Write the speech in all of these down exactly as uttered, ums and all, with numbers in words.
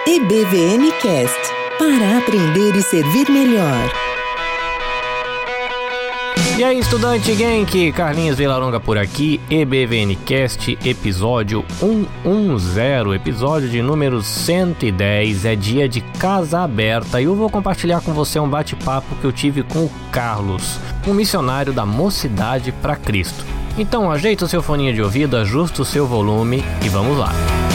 E B V N Cast, para aprender e servir melhor. E aí, estudante Genki, Carlinhos Vilaronga por aqui, E B V N Cast, episódio cento e dez, episódio de número cento e dez, é dia de casa aberta e eu vou compartilhar com você um bate-papo que eu tive com o Carlos, um missionário da Mocidade para Cristo. Então ajeita o seu foninho de ouvido, ajusta o seu volume e vamos lá.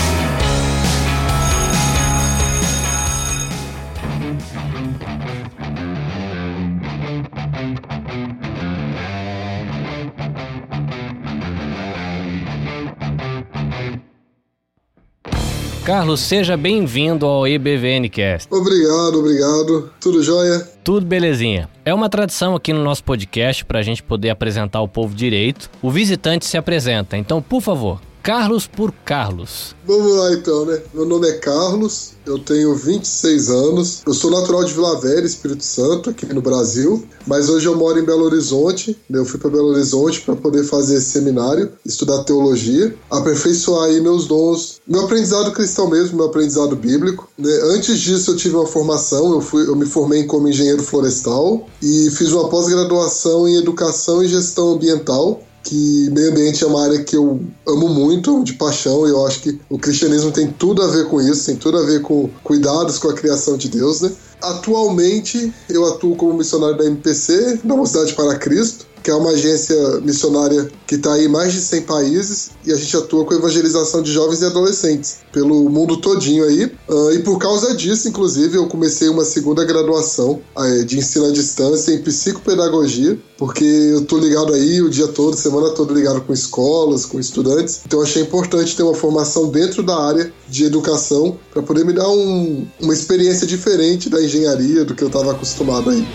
Carlos, seja bem-vindo ao E B V N Cast. Obrigado, obrigado. Tudo jóia? Tudo belezinha. É uma tradição aqui no nosso podcast para a gente poder apresentar o povo direito. O visitante se apresenta, então, por favor, Carlos por Carlos. Vamos lá então, né? Meu nome é Carlos, eu tenho vinte e seis anos, eu sou natural de Vila Velha, Espírito Santo, aqui no Brasil, mas hoje eu moro em Belo Horizonte, né? Eu fui para Belo Horizonte para poder fazer esse seminário, estudar teologia, aperfeiçoar aí meus dons, meu aprendizado cristão mesmo, meu aprendizado bíblico, né? Antes disso eu tive uma formação, eu, fui, eu me formei como engenheiro florestal e fiz uma pós-graduação em educação e gestão ambiental, que meio ambiente é uma área que eu amo muito, de paixão, e eu acho que o cristianismo tem tudo a ver com isso, tem tudo a ver com cuidados com a criação de Deus, né? Atualmente, eu atuo como missionário da M P C, da Mocidade para Cristo, que é uma agência missionária que está aí em mais de cem países, e a gente atua com evangelização de jovens e adolescentes pelo mundo todinho aí. Uh, e por causa disso, inclusive, eu comecei uma segunda graduação uh, de ensino à distância em psicopedagogia, porque eu tô ligado aí o dia todo, semana toda ligado com escolas, com estudantes. Então eu achei importante ter uma formação dentro da área de educação para poder me dar um, uma experiência diferente da engenharia, do que eu estava acostumado aí.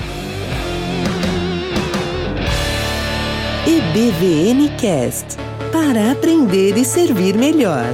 E B V N Cast, para aprender e servir melhor.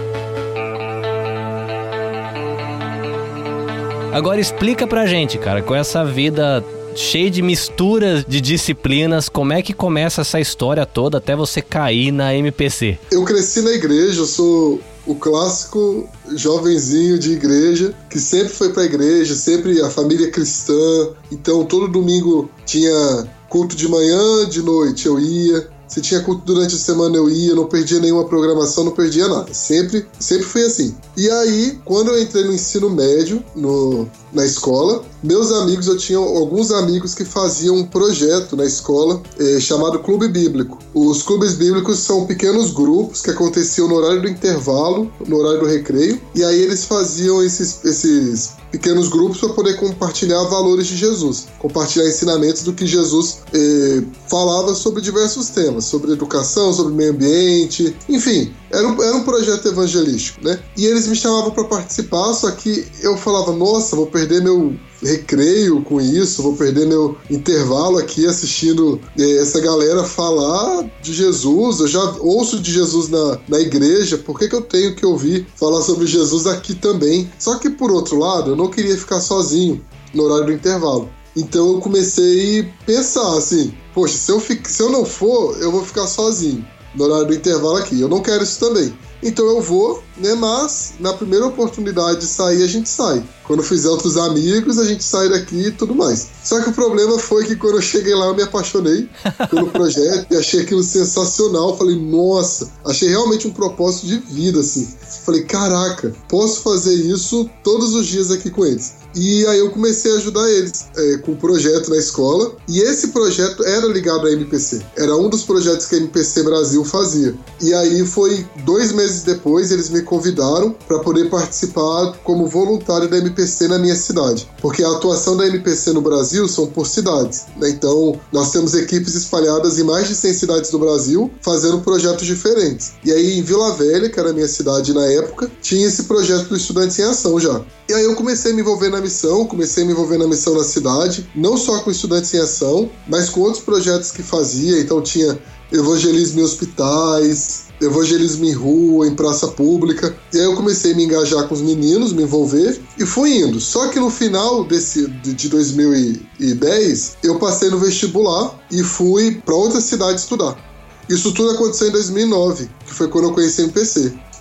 Agora explica pra gente, cara, com essa vida cheia de misturas de disciplinas, como é que começa essa história toda até você cair na M P C? Eu cresci na igreja, eu sou o clássico jovenzinho de igreja, que sempre foi pra igreja, sempre a família cristã, então todo domingo tinha culto de manhã, de noite eu ia, se tinha culto durante a semana eu ia, não perdia nenhuma programação, não perdia nada, sempre, sempre foi assim. E aí, quando eu entrei no ensino médio, no, na escola, meus amigos, eu tinha alguns amigos que faziam um projeto na escola eh, chamado Clube Bíblico. Os clubes bíblicos são pequenos grupos que aconteciam no horário do intervalo, no horário do recreio, e aí eles faziam esses, esses pequenos grupos para poder compartilhar valores de Jesus, compartilhar ensinamentos do que Jesus eh, falava sobre diversos temas, sobre educação, sobre meio ambiente, enfim, era um, era um projeto evangelístico, né? E eles me chamavam para participar, só que eu falava, nossa, vou perder meu recreio com isso, vou perder meu intervalo aqui assistindo eh, essa galera falar de Jesus, eu já ouço de Jesus na, na igreja, por que que eu tenho que ouvir falar sobre Jesus aqui também? Só que por outro lado, eu não queria ficar sozinho no horário do intervalo. Então eu comecei a pensar assim, poxa, se eu, fico, se eu não for, eu vou ficar sozinho no horário do intervalo aqui, eu não quero isso também. Então eu vou, né, mas na primeira oportunidade de sair, a gente sai. Quando fizer outros amigos, a gente sai daqui e tudo mais. Só que o problema foi que quando eu cheguei lá, eu me apaixonei pelo projeto e achei aquilo sensacional. Falei, nossa, achei realmente um propósito de vida, assim. Falei, caraca, posso fazer isso todos os dias aqui com eles. E aí eu comecei a ajudar eles é, com o projeto na escola. E esse projeto era ligado à M P C. Era um dos projetos que a M P C Brasil fazia. E aí foi dois meses depois, eles me convidaram para poder participar como voluntário da M P C na minha cidade. Porque a atuação da M P C no Brasil são por cidades, né? Então, nós temos equipes espalhadas em mais de cem cidades do Brasil, fazendo projetos diferentes. E aí, em Vila Velha, que era a minha cidade na época, tinha esse projeto do Estudantes em Ação já. E aí eu comecei a me envolver na missão, comecei a me envolver na missão na cidade, não só com Estudantes em Ação, mas com outros projetos que fazia. Então tinha evangelismo em hospitais, evangelismo em rua, em praça pública. E aí eu comecei a me engajar com os meninos, me envolver, e fui indo. Só que no final desse, de dois mil e dez, eu passei no vestibular e fui para outra cidade estudar. Isso tudo aconteceu em dois mil e nove, que foi quando eu conheci a M P C.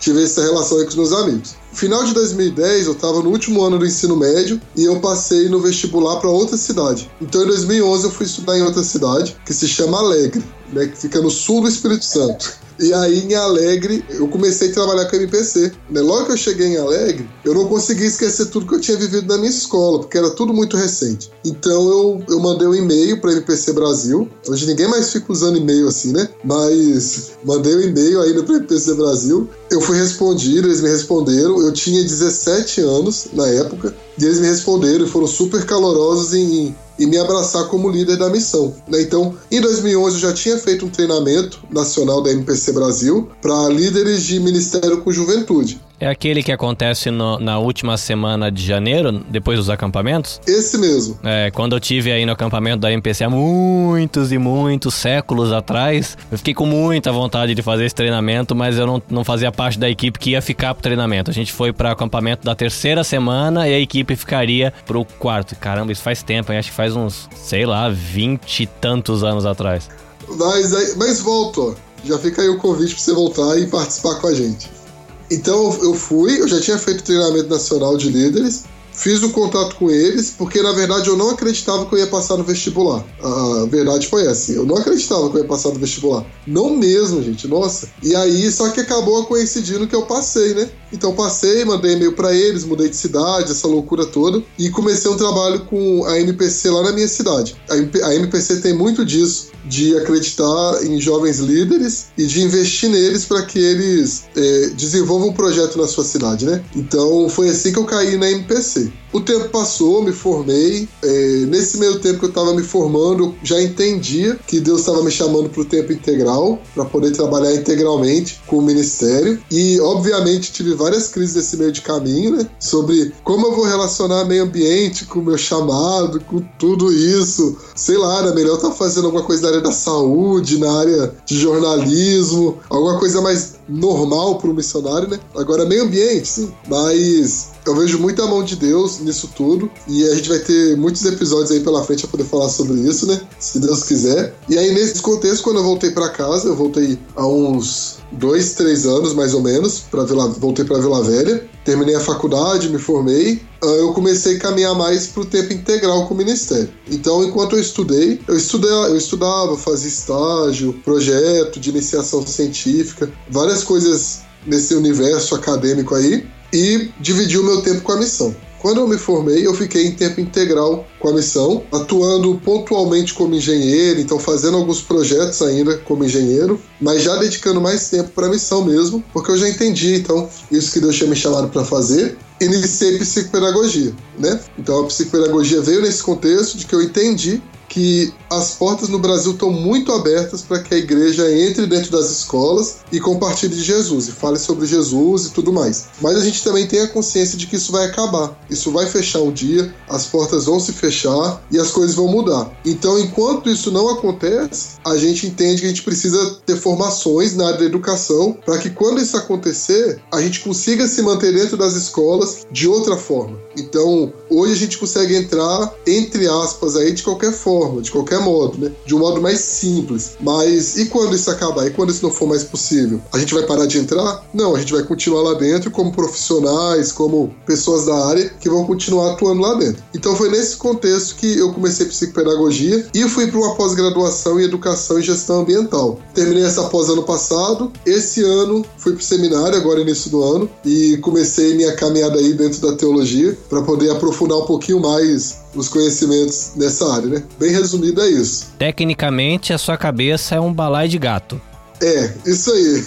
tive essa relação aí com os meus amigos. Final de dois mil e dez, eu estava no último ano do ensino médio e eu passei no vestibular para outra cidade. Então, em dois mil e onze, eu fui estudar em outra cidade, que se chama Alegre, né, que fica no sul do Espírito Santo. E aí, em Alegre, eu comecei a trabalhar com M P C. Né? Logo que eu cheguei em Alegre, eu não consegui esquecer tudo que eu tinha vivido na minha escola, porque era tudo muito recente. Então, eu, eu mandei um e-mail para a M P C Brasil. Hoje ninguém mais fica usando e-mail assim, né? Mas mandei um e-mail ainda para a M P C Brasil. Eu fui respondido, eles me responderam. Eu tinha dezessete anos na época, e eles me responderam e foram super calorosos em... e me abraçar como líder da missão. Né? Então, em dois mil e onze, eu já tinha feito um treinamento nacional da M P C Brasil para líderes de ministério com juventude. É aquele que acontece no, na última semana de janeiro, depois dos acampamentos? Esse mesmo. É, quando eu tive aí no acampamento da M P C há muitos e muitos séculos atrás, eu fiquei com muita vontade de fazer esse treinamento, mas eu não, não fazia parte da equipe que ia ficar pro treinamento. A gente foi para o acampamento da terceira semana e a equipe ficaria pro quarto. Caramba, isso faz tempo, hein? Acho que faz uns, sei lá, vinte e tantos anos atrás. Mas, mas volto, ó. Já fica aí o convite para você voltar e participar com a gente. Então eu fui, eu já tinha feito treinamento nacional de líderes, fiz o contato com eles, porque na verdade eu não acreditava que eu ia passar no vestibular. A verdade foi essa, eu não acreditava que eu ia passar no vestibular. Não mesmo, gente, nossa. E aí, só que acabou coincidindo que eu passei, né? Então passei, mandei e-mail pra eles, mudei de cidade, essa loucura toda, e comecei um trabalho com a M P C lá na minha cidade. A M P C tem muito disso, de acreditar em jovens líderes e de investir neles para que eles é, desenvolvam um projeto na sua cidade, né? Então foi assim que eu caí na M P C. O tempo passou, me formei. É, nesse meio tempo que eu estava me formando, eu já entendia que Deus estava me chamando para o tempo integral, para poder trabalhar integralmente com o ministério. E, obviamente, tive várias crises nesse meio de caminho, né? Sobre como eu vou relacionar meio ambiente com o meu chamado, com tudo isso. Sei lá, era melhor estar fazendo alguma coisa na área da saúde, na área de jornalismo, alguma coisa mais normal para o missionário, né? Agora, meio ambiente, sim, mas... eu vejo muita mão de Deus nisso tudo, e a gente vai ter muitos episódios aí pela frente para poder falar sobre isso, né? Se Deus quiser. E aí, nesse contexto, quando eu voltei para casa, eu voltei há uns dois, três anos, mais ou menos, pra Vila, voltei para Vila Velha, terminei a faculdade, me formei, eu comecei a caminhar mais para o tempo integral com o ministério. Então, enquanto eu estudei, eu, estudei, eu estudava, fazia estágio, projeto de iniciação científica, várias coisas nesse universo acadêmico aí, e dividi o meu tempo com a missão. Quando eu me formei, eu fiquei em tempo integral com a missão, atuando pontualmente como engenheiro, então fazendo alguns projetos ainda como engenheiro, mas já dedicando mais tempo para a missão mesmo, porque eu já entendi, então, isso que Deus tinha me chamado para fazer. Iniciei psicopedagogia, né? Então a psicopedagogia veio nesse contexto de que eu entendi que as portas no Brasil estão muito abertas para que a igreja entre dentro das escolas e compartilhe de Jesus, e fale sobre Jesus e tudo mais. Mas a gente também tem a consciência de que isso vai acabar. Isso vai fechar um dia, as portas vão se fechar e as coisas vão mudar. Então, enquanto isso não acontece, a gente entende que a gente precisa ter formações na área da educação para que quando isso acontecer, a gente consiga se manter dentro das escolas de outra forma. Então, hoje a gente consegue entrar, entre aspas, aí de qualquer forma, de qualquer modo, né? De um modo mais simples. Mas e quando isso acabar? E quando isso não for mais possível? A gente vai parar de entrar? Não, a gente vai continuar lá dentro como profissionais, como pessoas da área que vão continuar atuando lá dentro. Então foi nesse contexto que eu comecei psicopedagogia e fui para uma pós-graduação em educação e gestão ambiental. Terminei essa pós ano passado. Esse ano fui para o seminário, agora início do ano, e comecei minha caminhada aí dentro da teologia para poder aprofundar um pouquinho mais os conhecimentos nessa área, né? Bem resumido é isso. Tecnicamente, a sua cabeça é um balaio de gato. É, isso aí.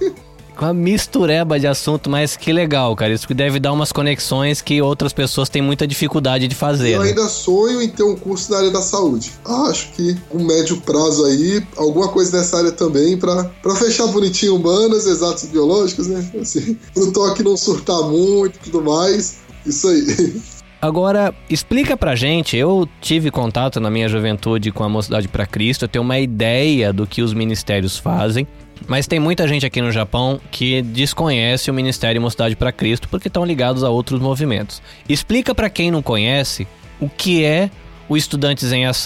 Uma mistureba de assunto, mas que legal, cara. Isso que deve dar umas conexões que outras pessoas têm muita dificuldade de fazer. Eu né? ainda sonho em ter um curso na área da saúde. Acho que um médio prazo aí, alguma coisa nessa área também, pra, pra fechar bonitinho humanas, exatos e biológicos, né? Assim, pro toque não surtar muito e tudo mais. Isso aí. Agora, explica pra gente, eu tive contato na minha juventude com a Mocidade para Cristo, eu tenho uma ideia do que os ministérios fazem, mas tem muita gente aqui no Japão que desconhece o Ministério Mocidade para Cristo porque estão ligados a outros movimentos. Explica pra quem não conhece o que é o Estudantes em Ação.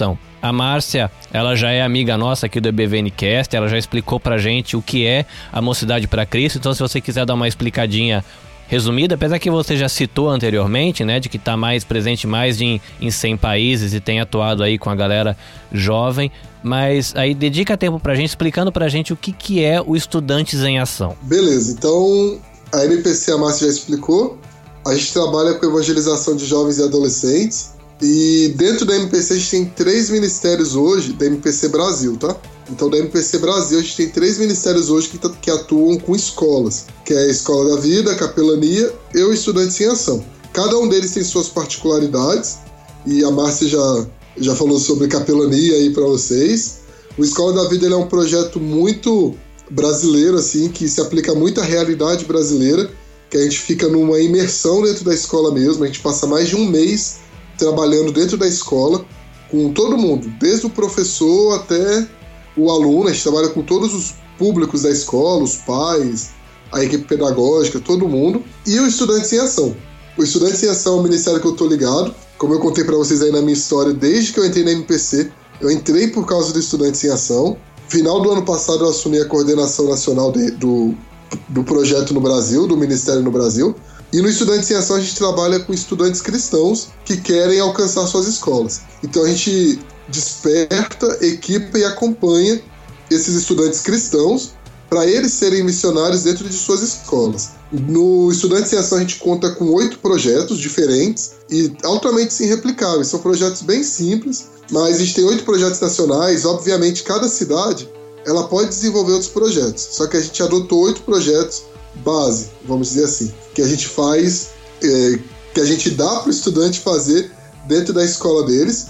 A Márcia, ela já é amiga nossa aqui do E B V N Cast, ela já explicou pra gente o que é a Mocidade para Cristo, então se você quiser dar uma explicadinha resumida, apesar que você já citou anteriormente, né, de que está mais presente mais em, em cem países e tem atuado aí com a galera jovem, mas aí dedica tempo pra gente explicando pra gente o que, que é o Estudantes em Ação. Beleza, então a M P C a Márcia já explicou, a gente trabalha com evangelização de jovens e adolescentes e dentro da M P C a gente tem três ministérios hoje, da M P C Brasil, tá? Então, da M P C Brasil, a gente tem três ministérios hoje que, que atuam com escolas, que é a Escola da Vida, a Capelania e o Estudantes em Ação. Cada um deles tem suas particularidades, e a Márcia já, já falou sobre capelania aí para vocês. O Escola da Vida ele é um projeto muito brasileiro, assim, que se aplica muito à realidade brasileira, que a gente fica numa imersão dentro da escola mesmo, a gente passa mais de um mês trabalhando dentro da escola, com todo mundo, desde o professor até o aluno, a gente trabalha com todos os públicos da escola, os pais, a equipe pedagógica, todo mundo, e o Estudantes em Ação. O Estudantes em Ação é um ministério que eu tô ligado, como eu contei para vocês aí na minha história, desde que eu entrei na M P C, eu entrei por causa do Estudantes em Ação. Final do ano passado eu assumi a coordenação nacional de, do, do projeto no Brasil, do ministério no Brasil, e no Estudantes em Ação a gente trabalha com estudantes cristãos que querem alcançar suas escolas. Então a gente desperta, equipa e acompanha esses estudantes cristãos para eles serem missionários dentro de suas escolas. No Estudantes em Ação a gente conta com oito projetos diferentes e altamente sim replicáveis. São projetos bem simples, mas a gente tem oito projetos nacionais. Obviamente, cada cidade ela pode desenvolver outros projetos, só que a gente adotou oito projetos base, vamos dizer assim, que a gente faz, é, que a gente dá para o estudante fazer dentro da escola deles.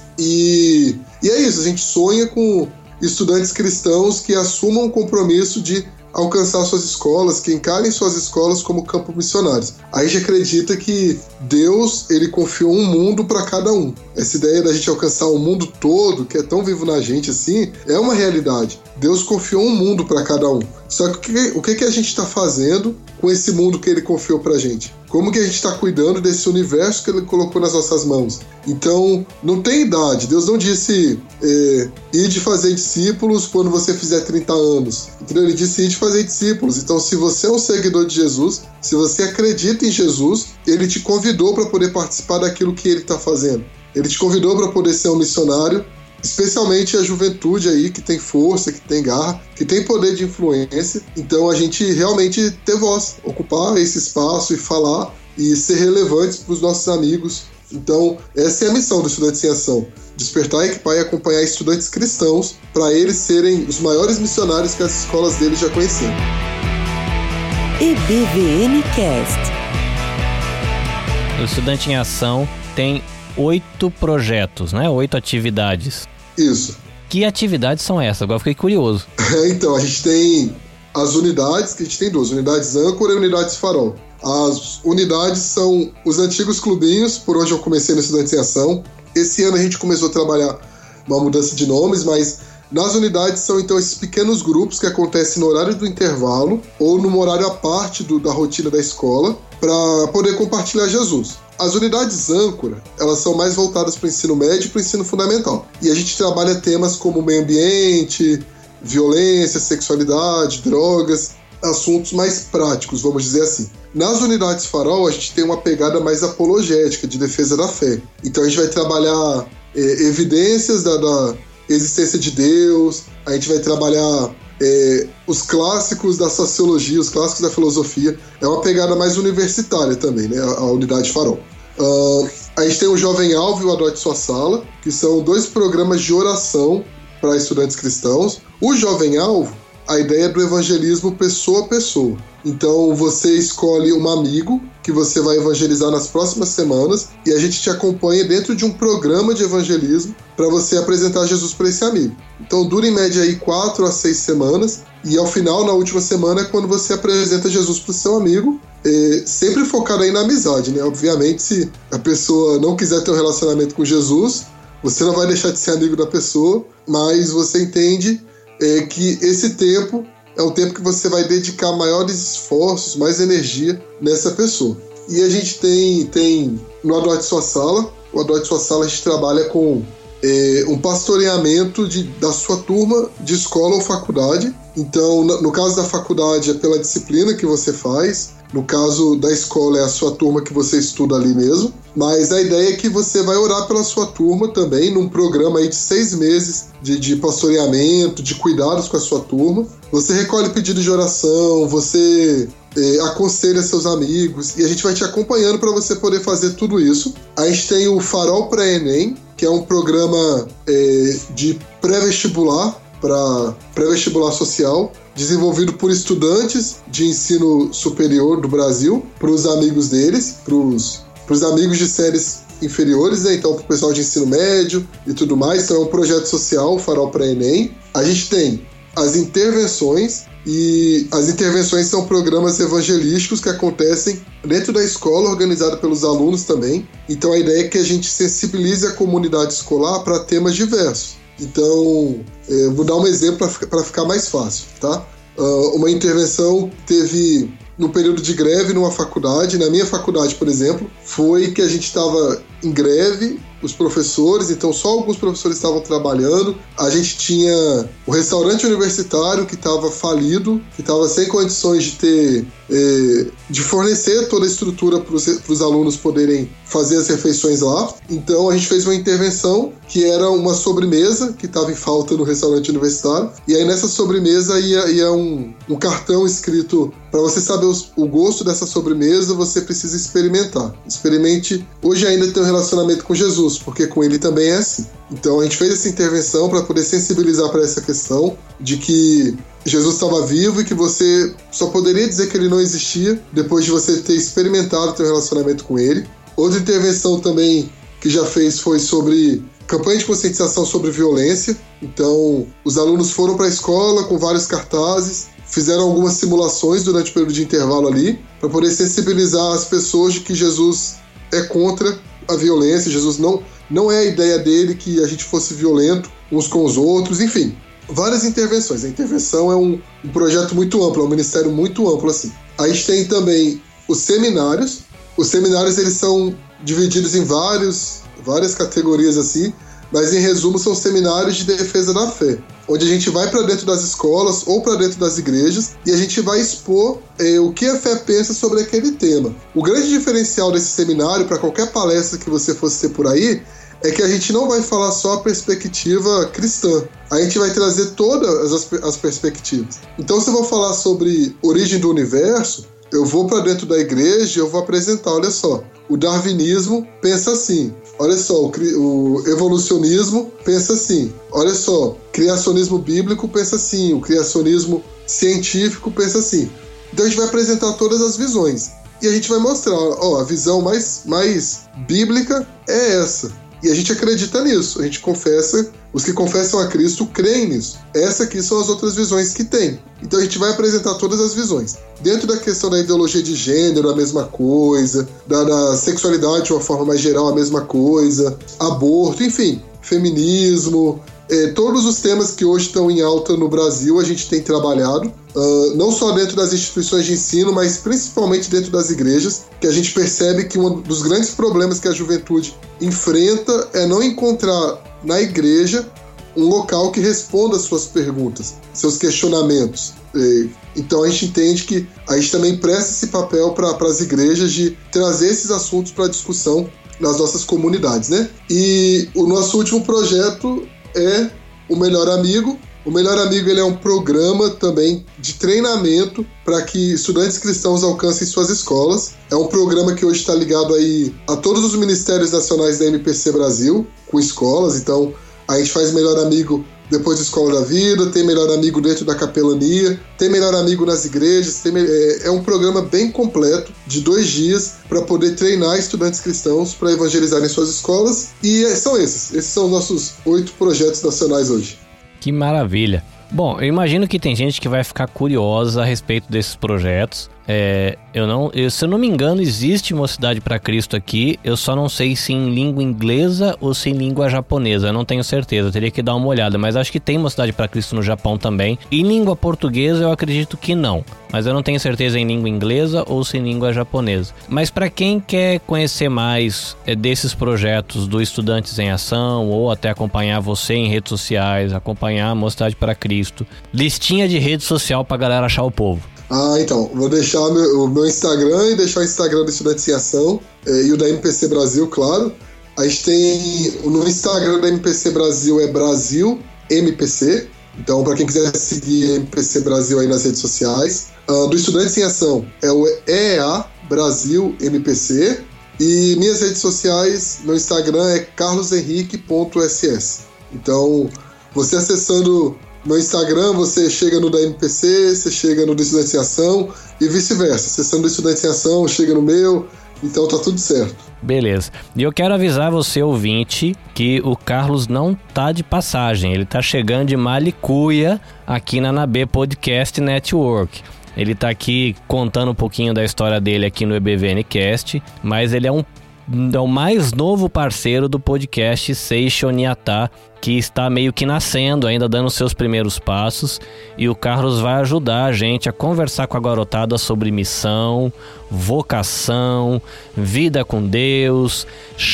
E, e é isso, a gente sonha com estudantes cristãos que assumam o compromisso de alcançar suas escolas, que encarem suas escolas como campos missionários. A gente acredita que Deus, ele confiou um mundo para cada um. Essa ideia da gente alcançar o mundo todo, que é tão vivo na gente assim, é uma realidade. Deus confiou um mundo para cada um. Só que o que, o que, que a gente está fazendo com esse mundo que ele confiou pra gente? Como que a gente está cuidando desse universo que ele colocou nas nossas mãos? Então, não tem idade. Deus não disse é, ir de fazer discípulos quando você fizer trinta anos. Entendeu? Ele disse ir de fazer discípulos. Então, se você é um seguidor de Jesus, se você acredita em Jesus, ele te convidou para poder participar daquilo que ele está fazendo. Ele te convidou para poder ser um missionário, especialmente a juventude aí que tem força, que tem garra, que tem poder de influência. Então a gente realmente ter voz, ocupar esse espaço e falar e ser relevantes para os nossos amigos. Então essa é a missão do Estudantes em Ação: despertar, equipar e acompanhar estudantes cristãos para eles serem os maiores missionários que as escolas deles já conheceram. E B V N Cast. O Estudante em Ação tem oito projetos, né? Oito atividades. Isso. Que atividades são essas? Agora eu fiquei curioso. Então, a gente tem as unidades, que a gente tem duas, unidades âncora e unidades farol. As unidades são os antigos clubinhos, por onde eu comecei no Estudantes em Ação. Esse ano a gente começou a trabalhar uma mudança de nomes, mas nas unidades são então esses pequenos grupos que acontecem no horário do intervalo ou no horário à parte do, da rotina da escola para poder compartilhar Jesus. As unidades âncora, elas são mais voltadas para o ensino médio e para o ensino fundamental. E a gente trabalha temas como meio ambiente, violência, sexualidade, drogas, assuntos mais práticos, vamos dizer assim. Nas unidades farol, a gente tem uma pegada mais apologética, de defesa da fé. Então a gente vai trabalhar é, evidências da, da existência de Deus, a gente vai trabalhar é, os clássicos da sociologia, os clássicos da filosofia. É uma pegada mais universitária também, né, a, a unidade farol. Uh, a gente tem o Jovem Alvo e o Adote Sua Sala, que são dois programas de oração para estudantes cristãos. O Jovem Alvo, a ideia é do evangelismo pessoa a pessoa. Então você escolhe um amigo que você vai evangelizar nas próximas semanas e a gente te acompanha dentro de um programa de evangelismo para você apresentar Jesus para esse amigo. Então dura em média aí quatro a seis semanas e ao final, na última semana, é quando você apresenta Jesus para o seu amigo, é, sempre focado aí na amizade, né? Obviamente, se a pessoa não quiser ter um relacionamento com Jesus, você não vai deixar de ser amigo da pessoa, mas você entende é, que esse tempo é um tempo que você vai dedicar maiores esforços, mais energia nessa pessoa. E a gente tem, tem no Adote Sua Sala, o Adote Sua Sala a gente trabalha com é, um pastoreamento de, da sua turma de escola ou faculdade. Então, no, no caso da faculdade é pela disciplina que você faz, no caso da escola é a sua turma que você estuda ali mesmo, mas a ideia é que você vai orar pela sua turma também num programa aí de seis meses de, de pastoreamento, de cuidados com a sua turma. Você recolhe pedidos de oração, você é, aconselha seus amigos e a gente vai te acompanhando para você poder fazer tudo isso. A gente tem o Farol Pré-Enem, que é um programa é, de pré-vestibular, para pré-vestibular social, desenvolvido por estudantes de ensino superior do Brasil, para os amigos deles, para os amigos de séries inferiores, né? Então para o pessoal de ensino médio e tudo mais. Então é um projeto social, Farol Pré-Enem. A gente tem as intervenções, e as intervenções são programas evangelísticos que acontecem dentro da escola, organizado pelos alunos também. Então a ideia é que a gente sensibilize a comunidade escolar para temas diversos. Então, é, vou dar um exemplo para ficar mais fácil, tá? Uh, uma intervenção teve no período de greve numa faculdade. Na minha faculdade, por exemplo, foi que a gente estava em greve, os professores, então só alguns professores estavam trabalhando. A gente tinha o restaurante universitário que estava falido, que estava sem condições de ter, eh, de fornecer toda a estrutura para os alunos poderem fazer as refeições lá. Então a gente fez uma intervenção que era uma sobremesa que estava em falta no restaurante universitário, e aí nessa sobremesa ia, ia um, um cartão escrito: para você saber os, o gosto dessa sobremesa, você precisa experimentar. Experimente, hoje ainda tem um relacionamento com Jesus, porque com ele também é assim. Então a gente fez essa intervenção para poder sensibilizar para essa questão de que Jesus estava vivo e que você só poderia dizer que ele não existia depois de você ter experimentado ter um relacionamento com ele. Outra intervenção também que já fez foi sobre campanha de conscientização sobre violência. Então os alunos foram para a escola com vários cartazes, fizeram algumas simulações durante o período de intervalo ali, para poder sensibilizar as pessoas de que Jesus é contra a violência. Jesus não, não é a ideia dele que a gente fosse violento uns com os outros, enfim, várias intervenções. A intervenção é um, um projeto muito amplo, é um ministério muito amplo assim. A gente tem também os seminários. Os seminários eles são divididos em vários, várias categorias assim, mas em resumo são seminários de defesa da fé, onde a gente vai para dentro das escolas ou para dentro das igrejas e a gente vai expor é, o que a fé pensa sobre aquele tema. O grande diferencial desse seminário, para qualquer palestra que você fosse ter por aí, é que a gente não vai falar só a perspectiva cristã. A gente vai trazer todas as, as perspectivas. Então, se eu vou falar sobre origem do universo, eu vou para dentro da igreja e eu vou apresentar, olha só, o darwinismo pensa assim, olha só, o, o evolucionismo pensa assim, olha só, criacionismo bíblico pensa assim, o criacionismo científico pensa assim. Então a gente vai apresentar todas as visões e a gente vai mostrar, ó, a visão mais, mais bíblica é essa. E a gente acredita nisso, a gente confessa, os que confessam a Cristo creem nisso. Essas aqui são as outras visões que tem. Então a gente vai apresentar todas as visões. Dentro da questão da ideologia de gênero, a mesma coisa, da, da sexualidade de uma forma mais geral, a mesma coisa, aborto, enfim, feminismo, é, todos os temas que hoje estão em alta no Brasil a gente tem trabalhado, uh, não só dentro das instituições de ensino, mas principalmente dentro das igrejas, que a gente percebe que um dos grandes problemas que a juventude enfrenta é não encontrar na igreja um local que responda às suas perguntas, seus questionamentos. Então a gente entende que a gente também presta esse papel para as igrejas de trazer esses assuntos para discussão nas nossas comunidades, né? E o nosso último projeto é o Melhor Amigo. O Melhor Amigo ele é um programa também de treinamento para que estudantes cristãos alcancem suas escolas. É um programa que hoje está ligado aí a todos os ministérios nacionais da M P C Brasil, com escolas. Então a gente faz Melhor Amigo depois da Escola da Vida, tem Melhor Amigo dentro da capelania, tem Melhor Amigo nas igrejas, tem, é, é um programa bem completo, de dois dias, para poder treinar estudantes cristãos para evangelizarem suas escolas, e é, são esses, esses são os nossos oito projetos nacionais hoje. Que maravilha! Bom, eu imagino que tem gente que vai ficar curiosa a respeito desses projetos, É, eu não, eu, se eu não me engano, existe Mocidade para Cristo aqui. Eu só não sei se em língua inglesa ou se em língua japonesa. Eu não tenho certeza, eu teria que dar uma olhada. Mas acho que tem Mocidade para Cristo no Japão também. Em língua portuguesa, eu acredito que não. Mas eu não tenho certeza em língua inglesa ou se em língua japonesa. Mas para quem quer conhecer mais é, desses projetos do Estudantes em Ação, ou até acompanhar você em redes sociais, acompanhar a Mocidade para Cristo, listinha de rede social pra galera achar o povo. Ah, então, vou deixar meu, o meu Instagram e deixar o Instagram do Estudantes em Ação é, e o da M P C Brasil, claro. A gente tem, no Instagram da M P C Brasil é Brasil M P C, então para quem quiser seguir M P C Brasil aí nas redes sociais. Uh, do Estudantes em Ação é o E E A Brasil M P C, e minhas redes sociais, meu Instagram é carlos henrique ponto s s. Então, você acessando meu Instagram, você chega no da M P C, você chega no do Estudantes em Ação e vice-versa. Acessando o Estudantes em Ação, chega no meu, então tá tudo certo. Beleza. E eu quero avisar você, ouvinte, que o Carlos não tá de passagem. Ele tá chegando de Malicuia aqui na Anabê Podcast Network. Ele tá aqui contando um pouquinho da história dele aqui no E B V N Cast, mas ele é um é o mais novo parceiro do podcast Seishon Niatá, que está meio que nascendo, ainda dando seus primeiros passos, e o Carlos vai ajudar a gente a conversar com a garotada sobre missão, vocação, vida com Deus,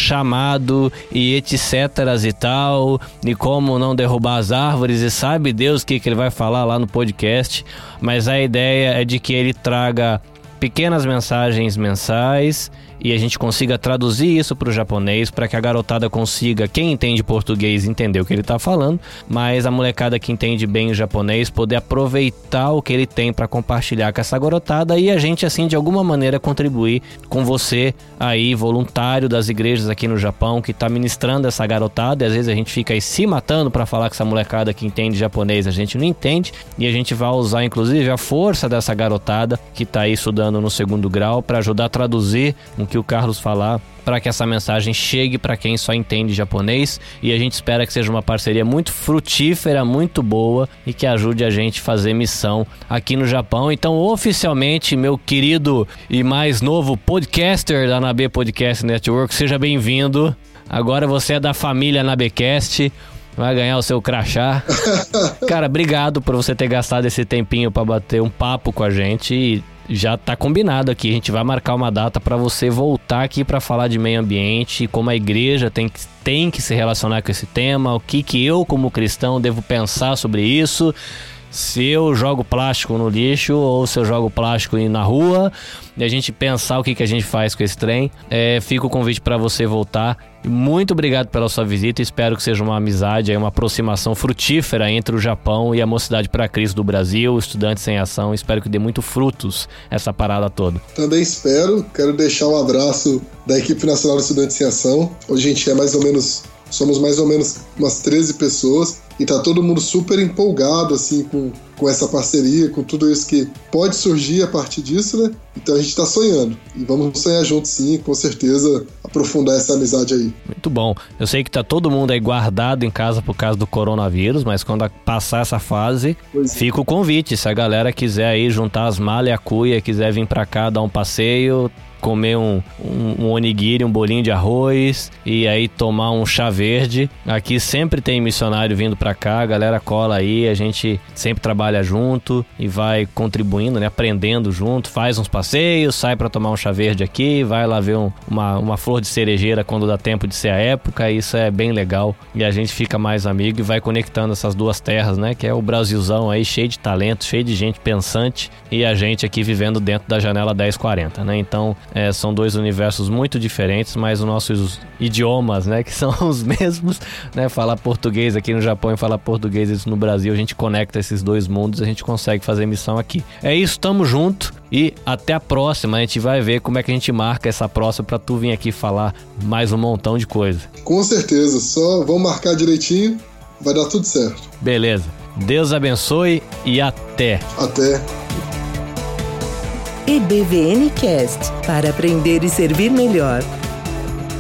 chamado e etc e tal, e como não derrubar as árvores, e sabe Deus o que, que ele vai falar lá no podcast, mas a ideia é de que ele traga pequenas mensagens mensais e a gente consiga traduzir isso para o japonês, para que a garotada consiga, quem entende português, entender o que ele está falando, mas a molecada que entende bem o japonês poder aproveitar o que ele tem para compartilhar com essa garotada, e a gente assim de alguma maneira contribuir com você aí, voluntário das igrejas aqui no Japão, que está ministrando essa garotada. E às vezes a gente fica aí se matando para falar com essa molecada que entende japonês, a gente não entende, e a gente vai usar inclusive a força dessa garotada que está aí estudando no segundo grau para ajudar a traduzir o que o Carlos falar, para que essa mensagem chegue para quem só entende japonês, e a gente espera que seja uma parceria muito frutífera, muito boa, e que ajude a gente a fazer missão aqui no Japão. Então, oficialmente, meu querido e mais novo podcaster da Anabê Podcast Network, seja bem-vindo. Agora você é da família AnabêCast, vai ganhar o seu crachá. Cara, obrigado por você ter gastado esse tempinho para bater um papo com a gente, e já tá combinado aqui, a gente vai marcar uma data para você voltar aqui para falar de meio ambiente, como a igreja tem que, tem que se relacionar com esse tema, o que que eu como cristão devo pensar sobre isso, se eu jogo plástico no lixo ou se eu jogo plástico na rua, e a gente pensar o que que a gente faz com esse trem. É, fica o convite para você voltar. Muito obrigado pela sua visita, espero que seja uma amizade, uma aproximação frutífera entre o Japão e a Mocidade para Cristo do Brasil, Estudantes em Ação. Espero que dê muito frutos essa parada toda. Também espero, quero deixar um abraço da equipe nacional de Estudantes em Ação. Hoje a gente é mais ou menos, somos mais ou menos umas treze pessoas, e tá todo mundo super empolgado assim com, com essa parceria, com tudo isso que pode surgir a partir disso, né? Então a gente tá sonhando, e vamos sonhar juntos sim, com certeza, aprofundar essa amizade aí. Muito bom. Eu sei que tá todo mundo aí guardado em casa por causa do coronavírus, mas quando passar essa fase, pois fica é. O convite, se a galera quiser aí juntar as malas e a cuia, quiser vir pra cá dar um passeio, comer um, um, um onigiri, um bolinho de arroz, e aí tomar um chá verde. Aqui sempre tem missionário vindo pra cá, a galera cola aí, a gente sempre trabalha junto e vai contribuindo, né, aprendendo junto, faz uns passeios, sai pra tomar um chá verde aqui, vai lá ver um, uma, uma flor de cerejeira quando dá tempo de ser a época. Isso é bem legal, e a gente fica mais amigo e vai conectando essas duas terras, né, que é o Brasilzão aí, cheio de talento, cheio de gente pensante, e a gente aqui vivendo dentro da janela dez quarenta, né, então É, são dois universos muito diferentes, mas os nossos idiomas, né, que são os mesmos, né, falar português aqui no Japão e falar português no Brasil, a gente conecta esses dois mundos, a gente consegue fazer missão aqui. É isso, tamo junto e até a próxima. A gente vai ver como é que a gente marca essa próxima pra tu vir aqui falar mais um montão de coisa. Com certeza, só vamos marcar direitinho, vai dar tudo certo. Beleza, Deus abençoe e até. Até. E B V N Cast, para aprender e servir melhor.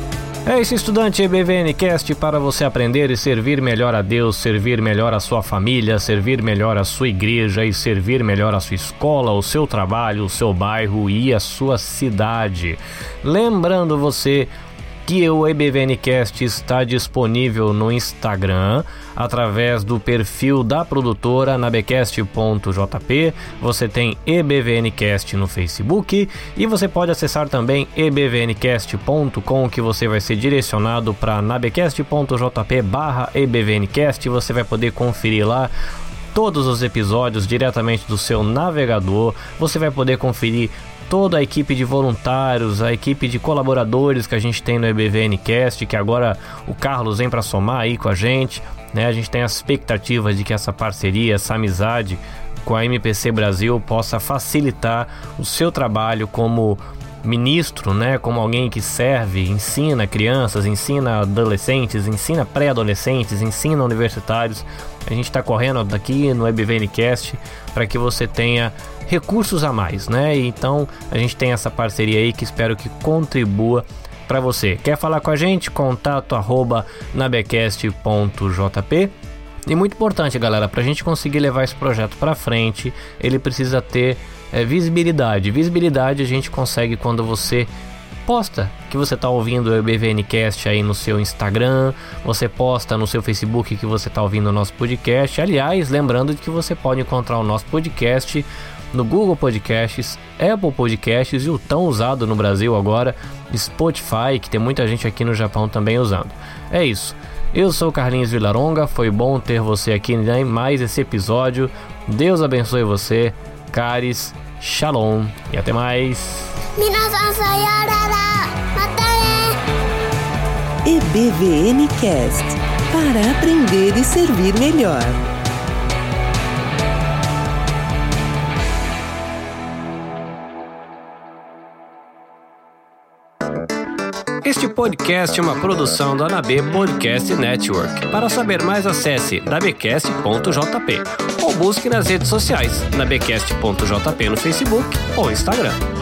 É isso, estudante E B V N Cast, para você aprender e servir melhor a Deus, servir melhor a sua família, servir melhor a sua igreja e servir melhor a sua escola, o seu trabalho, o seu bairro e a sua cidade. Lembrando você que o E B V N Cast está disponível no Instagram através do perfil da produtora nabecast ponto j p. Você tem E B V N Cast no Facebook e você pode acessar também e b v n cast ponto com, que você vai ser direcionado para nabecast ponto j p barra E B V N Cast. Você vai poder conferir lá todos os episódios diretamente do seu navegador. Você vai poder conferir toda a equipe de voluntários, a equipe de colaboradores que a gente tem no E B V N Cast, que agora o Carlos vem para somar aí com a gente, né? A gente tem as expectativas de que essa parceria, essa amizade com a M P C Brasil possa facilitar o seu trabalho como ministro, né? Como alguém que serve, ensina crianças, ensina adolescentes, ensina pré-adolescentes, ensina universitários. A gente está correndo aqui no E B V N Cast para que você tenha recursos a mais, né? Então a gente tem essa parceria aí que espero que contribua para você. Quer falar com a gente? Contato arroba nabecast ponto j p. E muito importante, galera, para a gente conseguir levar esse projeto para frente, ele precisa ter é, visibilidade. Visibilidade a gente consegue quando você posta que você está ouvindo o E B V N Cast aí no seu Instagram, você posta no seu Facebook que você está ouvindo o nosso podcast. Aliás, lembrando de que você pode encontrar o nosso podcast no Google Podcasts, Apple Podcasts e o tão usado no Brasil agora, Spotify, que tem muita gente aqui no Japão também usando. É isso. Eu sou Carlinhos Vilaronga, foi bom ter você aqui em mais esse episódio. Deus abençoe você, caris, shalom e até mais. E B V N Cast, para aprender e servir melhor. Este podcast é uma produção da Nabe Podcast Network. Para saber mais, acesse nabecast ponto j p ou busque nas redes sociais nabecast ponto j p no Facebook ou Instagram.